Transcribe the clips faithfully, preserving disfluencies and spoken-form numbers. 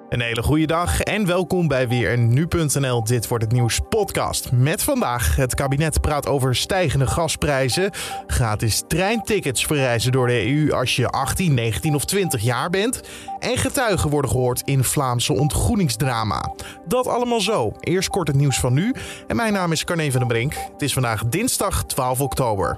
Een hele goede dag en welkom bij weer een nu punt n l Dit wordt het nieuws podcast. Met vandaag: het kabinet praat over stijgende gasprijzen, gratis treintickets voor reizen door de E U als je achttien, negentien of twintig jaar bent en getuigen worden gehoord in Vlaamse ontgroeningsdrama. Dat allemaal zo. Eerst kort het nieuws van nu en mijn naam is Carne van den Brink. Het is vandaag dinsdag twaalf oktober.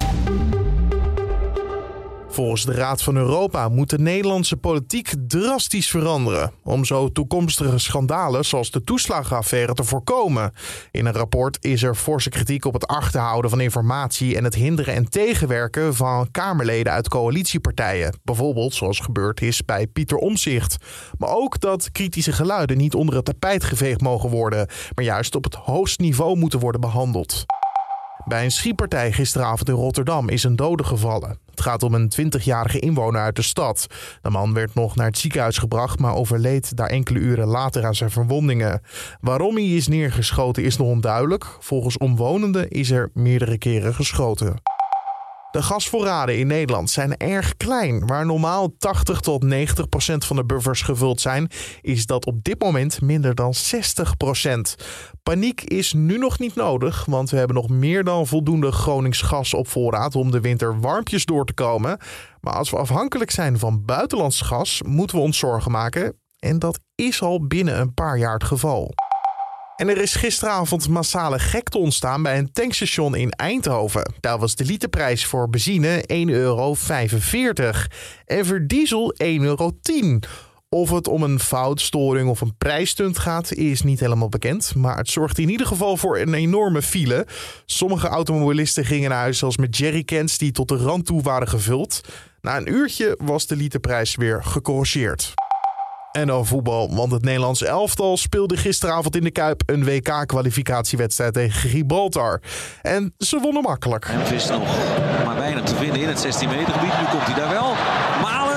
Volgens de Raad van Europa moet de Nederlandse politiek drastisch veranderen om zo toekomstige schandalen zoals de toeslagenaffaire te voorkomen. In een rapport is er forse kritiek op het achterhouden van informatie en het hinderen en tegenwerken van Kamerleden uit coalitiepartijen. Bijvoorbeeld zoals gebeurd is bij Pieter Omtzigt. Maar ook dat kritische geluiden niet onder het tapijt geveegd mogen worden, maar juist op het hoogst niveau moeten worden behandeld. Bij een schietpartij gisteravond in Rotterdam is een dode gevallen. Het gaat om een twintigjarige inwoner uit de stad. De man werd nog naar het ziekenhuis gebracht, maar overleed daar enkele uren later aan zijn verwondingen. Waarom hij is neergeschoten is nog onduidelijk. Volgens omwonenden is er meerdere keren geschoten. De gasvoorraden in Nederland zijn erg klein. Waar normaal tachtig tot negentig procent van de buffers gevuld zijn, is dat op dit moment minder dan zestig procent. Paniek is nu nog niet nodig, want we hebben nog meer dan voldoende Gronings gas op voorraad om de winter warmpjes door te komen. Maar als we afhankelijk zijn van buitenlands gas, moeten we ons zorgen maken. En dat is al binnen een paar jaar het geval. En er is gisteravond massale gekte ontstaan bij een tankstation in Eindhoven. Daar was de literprijs voor benzine één euro vijfenveertig en voor diesel één euro tien. Of het om een fout, storing of een prijsstunt gaat, is niet helemaal bekend. Maar het zorgt in ieder geval voor een enorme file. Sommige automobilisten gingen naar huis zelfs met jerrycans die tot de rand toe waren gevuld. Na een uurtje was de literprijs weer gecorrigeerd. En dan voetbal, want het Nederlands elftal speelde gisteravond in de Kuip een W K-kwalificatiewedstrijd tegen Gibraltar. En ze wonnen makkelijk. En het is nog maar weinig te vinden in het zestien meter gebied. Nu komt hij daar wel. Malen.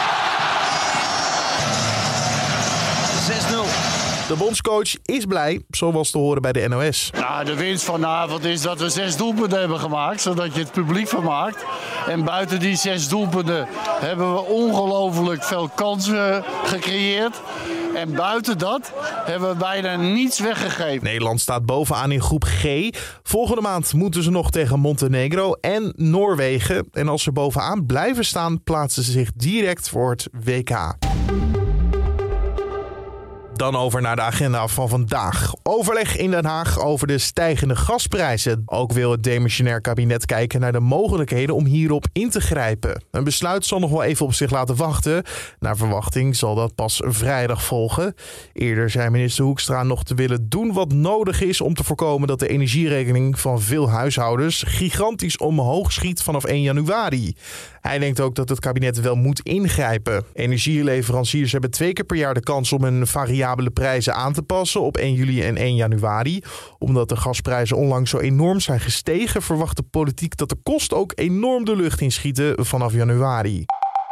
zes nul. De bondscoach is blij, zo was te horen bij de N O S. Nou, de winst vanavond is dat we zes doelpunten hebben gemaakt, zodat je het publiek vermaakt. En buiten die zes doelpunten hebben we ongelooflijk veel kansen gecreëerd. En buiten dat hebben we bijna niets weggegeven. Nederland staat bovenaan in groep G. Volgende maand moeten ze nog tegen Montenegro en Noorwegen. En als ze bovenaan blijven staan, plaatsen ze zich direct voor het W K. Dan over naar de agenda van vandaag. Overleg in Den Haag over de stijgende gasprijzen. Ook wil het demissionair kabinet kijken naar de mogelijkheden om hierop in te grijpen. Een besluit zal nog wel even op zich laten wachten. Naar verwachting zal dat pas vrijdag volgen. Eerder zei minister Hoekstra nog te willen doen wat nodig is om te voorkomen dat de energierekening van veel huishoudens gigantisch omhoog schiet vanaf één januari. Hij denkt ook dat het kabinet wel moet ingrijpen. Energieleveranciers hebben twee keer per jaar de kans om hun variabele prijzen aan te passen op één juli en één januari. Omdat de gasprijzen onlangs zo enorm zijn gestegen, verwacht de politiek dat de kosten ook enorm de lucht inschieten vanaf januari.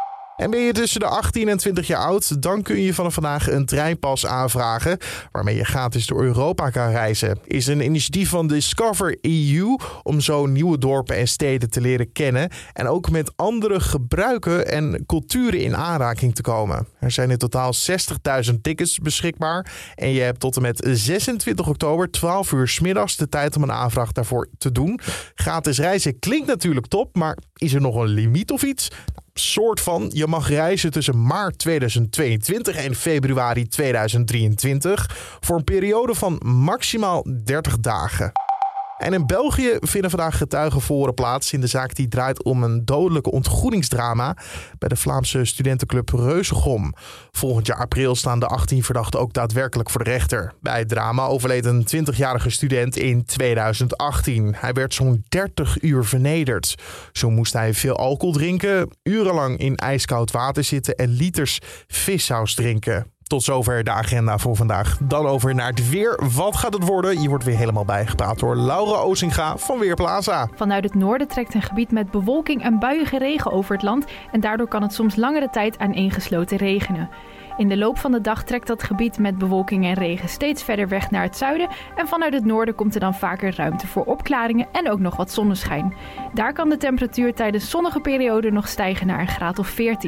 En ben je tussen de achttien en twintig jaar oud, dan kun je vanaf vandaag een treinpas aanvragen waarmee je gratis door Europa kan reizen. Is een initiatief van Discover E U om zo nieuwe dorpen en steden te leren kennen en ook met andere gebruiken en culturen in aanraking te komen. Er zijn in totaal zestigduizend tickets beschikbaar en je hebt tot en met zesentwintig oktober twaalf uur 's middags de tijd om een aanvraag daarvoor te doen. Gratis reizen klinkt natuurlijk top, maar is er nog een limiet of iets? Soort van, je mag reizen tussen maart tweeduizend tweeëntwintig en februari tweeduizend drieëntwintig voor een periode van maximaal dertig dagen. En in België vinden vandaag getuigenverhoren plaats in de zaak die draait om een dodelijke ontgroeningsdrama bij de Vlaamse studentenclub Reuzegom. Volgend jaar april staan de achttien verdachten ook daadwerkelijk voor de rechter. Bij het drama overleed een twintigjarige student in tweeduizend achttien. Hij werd zo'n dertig uur vernederd. Zo moest hij veel alcohol drinken, urenlang in ijskoud water zitten en liters vissaus drinken. Tot zover de agenda voor vandaag. Dan over naar het weer. Wat gaat het worden? Je wordt weer helemaal bijgepraat door Laura Ozinga van Weerplaza. Vanuit het noorden trekt een gebied met bewolking en buiige regen over het land. En daardoor kan het soms langere tijd aaneengesloten regenen. In de loop van de dag trekt dat gebied met bewolking en regen steeds verder weg naar het zuiden. En vanuit het noorden komt er dan vaker ruimte voor opklaringen en ook nog wat zonneschijn. Daar kan de temperatuur tijdens zonnige perioden nog stijgen naar een graad of veertien.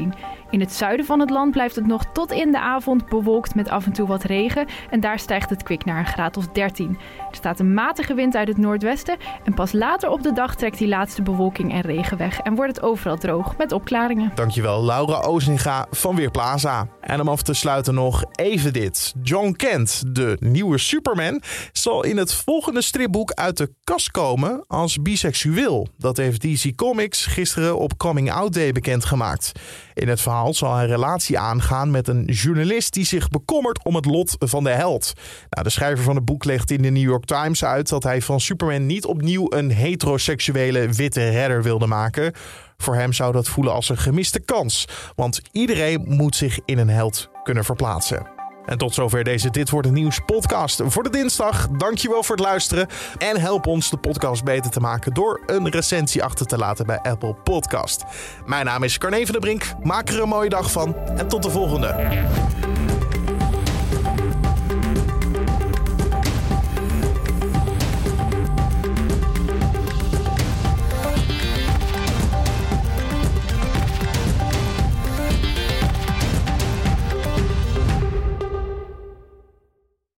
In het zuiden van het land blijft het nog tot in de avond bewolkt met af en toe wat regen en daar stijgt het kwik naar een graad of dertien. Er staat een matige wind uit het noordwesten en pas later op de dag trekt die laatste bewolking en regen weg en wordt het overal droog met opklaringen. Dankjewel Laura Ozinga van Weerplaza. En om af te sluiten nog even dit. Jon Kent, de nieuwe Superman, zal in het volgende stripboek uit de kast komen als biseksueel. Dat heeft D C Comics gisteren op Coming Out Day bekendgemaakt. In het verhaal zal hij een relatie aangaan met een journalist die zich bekommert om het lot van de held. Nou, de schrijver van het boek legt in de New York Times uit dat hij van Superman niet opnieuw een heteroseksuele witte redder wilde maken. Voor hem zou dat voelen als een gemiste kans, want iedereen moet zich in een held kunnen verplaatsen. En tot zover deze Dit Wordt Het Nieuws podcast voor de dinsdag. Dankjewel voor het luisteren en help ons de podcast beter te maken door een recensie achter te laten bij Apple Podcast. Mijn naam is Carne van der Brink, maak er een mooie dag van en tot de volgende.